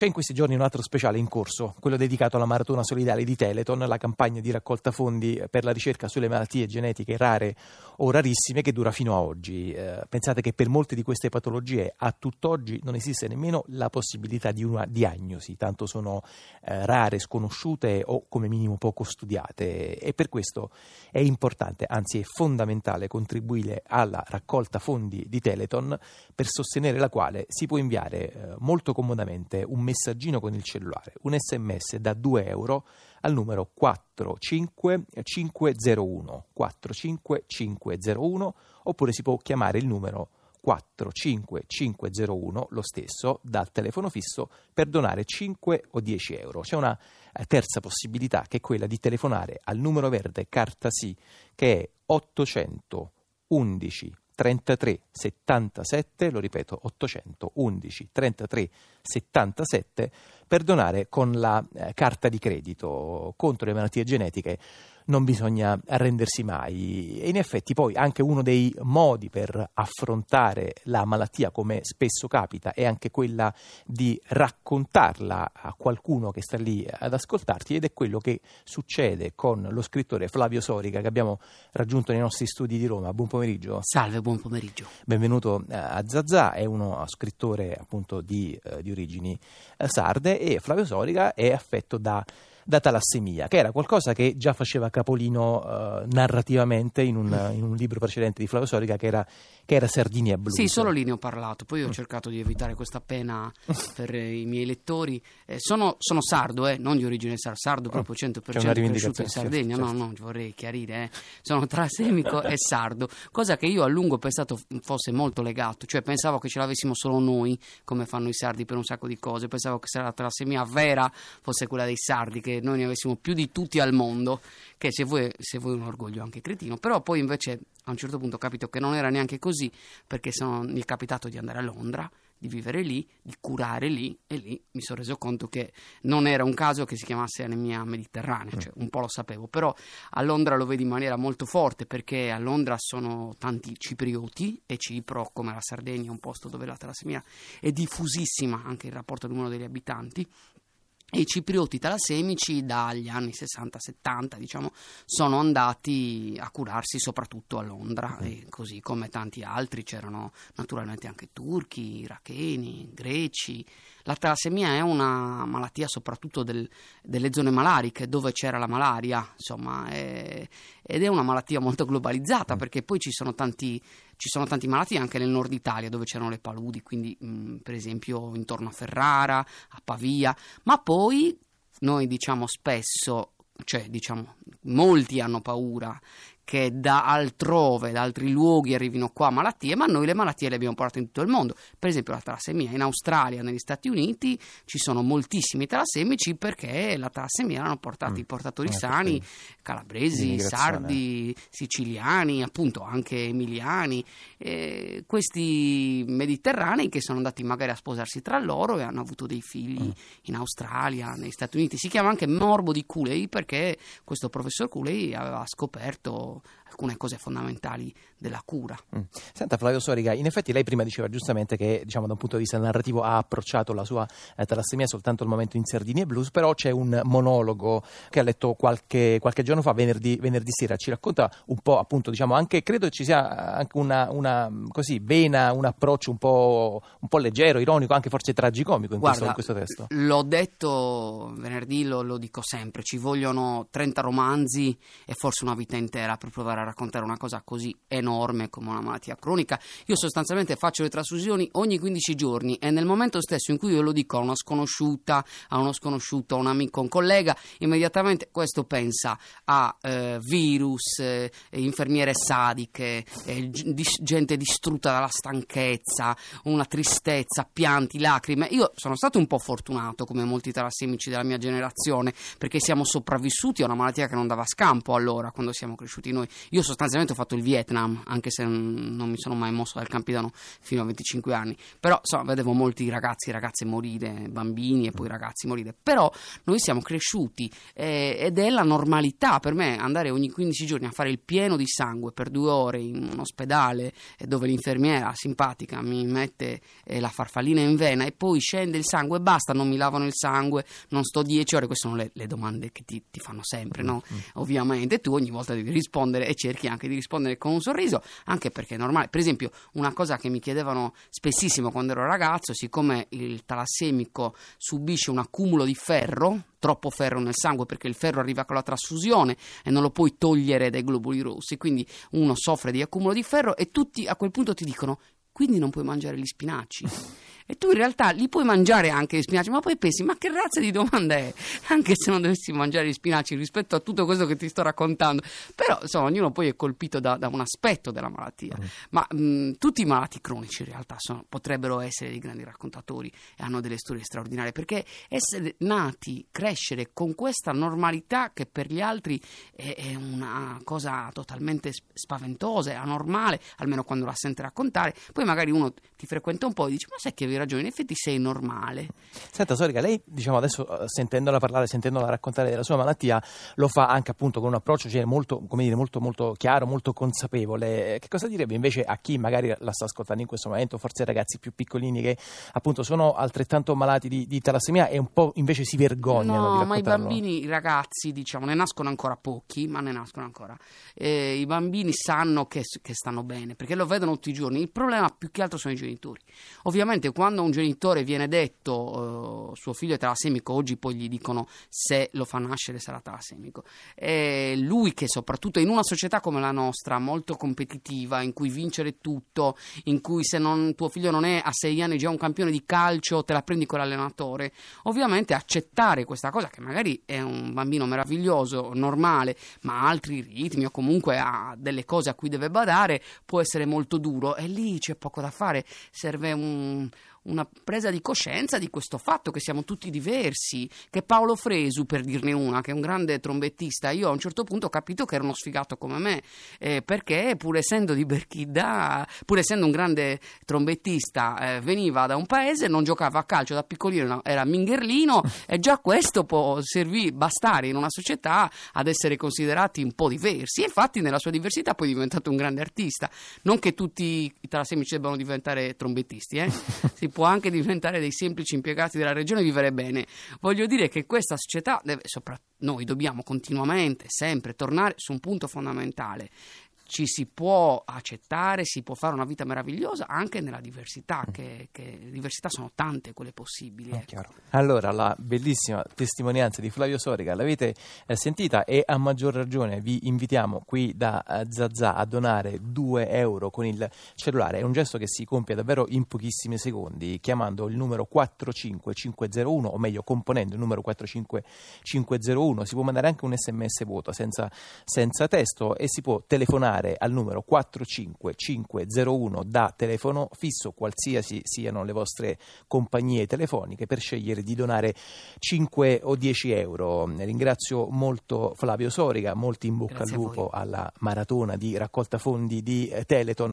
C'è in questi giorni un altro speciale in corso, quello dedicato alla Maratona Solidale di Telethon, la campagna di raccolta fondi per la ricerca sulle malattie genetiche rare o rarissime che dura fino a oggi. Pensate che per molte di queste patologie a tutt'oggi non esiste nemmeno la possibilità di una diagnosi, tanto sono rare, sconosciute o come minimo poco studiate, e per questo è importante, anzi è fondamentale contribuire alla raccolta fondi di Telethon, per sostenere la quale si può inviare molto comodamente un messaggino con il cellulare, un SMS da €2 al numero 45501, 45501, oppure si può chiamare il numero 45501 lo stesso dal telefono fisso per donare 5 o 10 euro. C'è una terza possibilità, che è quella di telefonare al numero verde carta sì, che è 811 33 77, lo ripeto, 811 33 77, per donare con la carta di credito. Contro le malattie genetiche non bisogna arrendersi mai, e in effetti poi anche uno dei modi per affrontare la malattia, come spesso capita, è anche quella di raccontarla a qualcuno che sta lì ad ascoltarti, ed è quello che succede con lo scrittore Flavio Sorica, che abbiamo raggiunto nei nostri studi di Roma. Buon pomeriggio. Salve, buon pomeriggio. Benvenuto a Zazà. È uno scrittore appunto di origini sarde, e Flavio Sorica è affetto da talassemia, che era qualcosa che già faceva capolino narrativamente in un libro precedente di Flavio Sorica, che era Sardinia Blues. Sì, solo lì ne ho parlato, poi ho cercato di evitare questa pena per i miei lettori. Sono sardo, non di origine sardo, proprio 100% cresciuto in Sardegna, certo. No, vorrei chiarire, sono trasemico e sardo, cosa che io a lungo ho pensato fosse molto legato, cioè pensavo che ce l'avessimo solo noi, come fanno i sardi per un sacco di cose, pensavo che se la talassemia vera fosse quella dei sardi, che noi ne avessimo più di tutti al mondo, che se vuoi un orgoglio anche cretino, però poi invece a un certo punto ho capito che non era neanche così, perché mi è capitato di andare a Londra, di vivere lì, di curare lì, e lì mi sono reso conto che non era un caso che si chiamasse anemia mediterranea, cioè un po' lo sapevo, però a Londra lo vedi in maniera molto forte, perché a Londra sono tanti ciprioti, e Cipro, come la Sardegna, è un posto dove la talassemia è diffusissima anche in rapporto al numero degli abitanti. E i ciprioti talassemici dagli anni 60-70, diciamo, sono andati a curarsi soprattutto a Londra, e così come tanti altri c'erano naturalmente anche turchi, iracheni, greci. La talassemia è una malattia soprattutto delle zone malariche, dove c'era la malaria, insomma, ed è una malattia molto globalizzata, perché poi ci sono tanti malattie anche nel nord Italia, dove c'erano le paludi, quindi per esempio intorno a Ferrara, a Pavia, ma poi noi diciamo spesso, cioè diciamo molti hanno paura che da altrove, da altri luoghi arrivino qua malattie, ma noi le malattie le abbiamo portate in tutto il mondo. Per esempio la talassemia in Australia, negli Stati Uniti ci sono moltissimi talassemici, perché la talassemia l'hanno portata i portatori sani, calabresi, sardi, siciliani, appunto anche emiliani, questi mediterranei che sono andati magari a sposarsi tra loro e hanno avuto dei figli in Australia, negli Stati Uniti. Si chiama anche morbo di Cooley, perché questo professor Cooley aveva scoperto alcune cose fondamentali della cura. Senta Flavio Sorica, in effetti lei prima diceva giustamente che, diciamo, da un punto di vista narrativo ha approcciato la sua talassemia soltanto al momento in Sardinia Blues, però c'è un monologo che ha letto qualche giorno fa, venerdì sera. Ci racconta un po', appunto, diciamo, anche credo ci sia anche una così vena, un approccio un po' leggero, ironico, anche forse tragicomico in questo testo. L'ho detto venerdì, lo dico sempre, ci vogliono 30 romanzi e forse una vita intera per provare a raccontare una cosa così enorme come una malattia cronica. Io sostanzialmente faccio le trasfusioni ogni 15 giorni, e nel momento stesso in cui io lo dico a una sconosciuta, a uno sconosciuto, a un amico, a un collega, immediatamente questo pensa a virus, infermiere sadiche, gente distrutta dalla stanchezza, una tristezza, pianti, lacrime. Io sono stato un po' fortunato, come molti talassemici della mia generazione, perché siamo sopravvissuti a una malattia che non dava scampo allora, quando siamo cresciuti quanti noi. Io sostanzialmente ho fatto il Vietnam, anche se non mi sono mai mosso dal Campidano fino a 25 anni, però insomma vedevo molti ragazzi e ragazze morire, bambini e poi ragazzi morire, però noi siamo cresciuti ed è la normalità per me andare ogni 15 giorni a fare il pieno di sangue per 2 ore in un ospedale dove l'infermiera simpatica mi mette la farfallina in vena e poi scende il sangue e basta, non mi lavano il sangue, non sto 10 ore. Queste sono le domande che ti fanno sempre, no? Ovviamente tu ogni volta devi rispondere e cerchi anche di rispondere con un sorriso, anche perché è normale. Per esempio, una cosa che mi chiedevano spessissimo quando ero ragazzo, siccome il talassemico subisce un accumulo di ferro, troppo ferro nel sangue, perché il ferro arriva con la trasfusione e non lo puoi togliere dai globuli rossi, quindi uno soffre di accumulo di ferro e tutti a quel punto ti dicono: quindi non puoi mangiare gli spinaci. E tu in realtà li puoi mangiare anche gli spinaci, ma poi pensi: ma che razza di domanda è? Anche se non dovessi mangiare gli spinaci rispetto a tutto questo che ti sto raccontando. Però insomma ognuno poi è colpito da un aspetto della malattia. Ma tutti i malati cronici in realtà potrebbero essere dei grandi raccontatori e hanno delle storie straordinarie, perché essere nati, crescere con questa normalità che per gli altri è una cosa totalmente spaventosa, è anormale, almeno quando la sente raccontare. Poi magari uno ti frequenta un po' e dice: ma sai che avevi ragione, in effetti sei normale. Senta Sorica, lei diciamo adesso sentendola parlare, sentendola raccontare della sua malattia, lo fa anche appunto con un approccio molto, come dire, molto chiaro, molto consapevole. Che cosa direbbe invece a chi magari la sta ascoltando in questo momento, forse ai ragazzi più piccolini che appunto sono altrettanto malati di talassemia e un po' invece si vergognano di raccontarlo? No, ma i bambini, i ragazzi, diciamo, ne nascono ancora pochi, ma ne nascono ancora. I bambini sanno che stanno bene, perché lo vedono tutti i giorni. Il problema più che altro sono i genitori. Ovviamente quando un genitore viene detto suo figlio è talassemico, oggi poi gli dicono se lo fa nascere sarà talassemico. Lui, che soprattutto in una società come la nostra, molto competitiva, in cui vincere tutto, in cui se tuo figlio non è a 6 anni già un campione di calcio, te la prendi con l'allenatore, ovviamente accettare questa cosa, che magari è un bambino meraviglioso, normale, ma ha altri ritmi o comunque ha delle cose a cui deve badare, può essere molto duro, e lì c'è poco da fare. Serve una presa di coscienza di questo fatto che siamo tutti diversi, che Paolo Fresu, per dirne una, che è un grande trombettista, io a un certo punto ho capito che era uno sfigato come me, perché pur essendo di Berchidà, pur essendo un grande trombettista, veniva da un paese, non giocava a calcio da piccolino, era mingherlino e già questo può bastare in una società ad essere considerati un po' diversi, e infatti nella sua diversità poi è diventato un grande artista. Non che tutti i talassemici debbano diventare trombettisti, si può anche diventare dei semplici impiegati della regione e vivere bene. Voglio dire che questa società noi dobbiamo continuamente, sempre tornare su un punto fondamentale: ci si può accettare, si può fare una vita meravigliosa anche nella diversità, che diversità sono tante quelle possibili. Chiaro. Allora, la bellissima testimonianza di Flavio Sorica l'avete sentita, e a maggior ragione vi invitiamo qui da Zazà a donare 2 euro con il cellulare. È un gesto che si compie davvero in pochissimi secondi, chiamando il numero 45501, o meglio componendo il numero 45501. Si può mandare anche un SMS vuoto senza testo, e si può telefonare al numero 45501 da telefono fisso, qualsiasi siano le vostre compagnie telefoniche, per scegliere di donare 5 o 10 euro. Ringrazio molto Flavio Sorica, molti in bocca al lupo alla maratona di raccolta fondi di Telethon.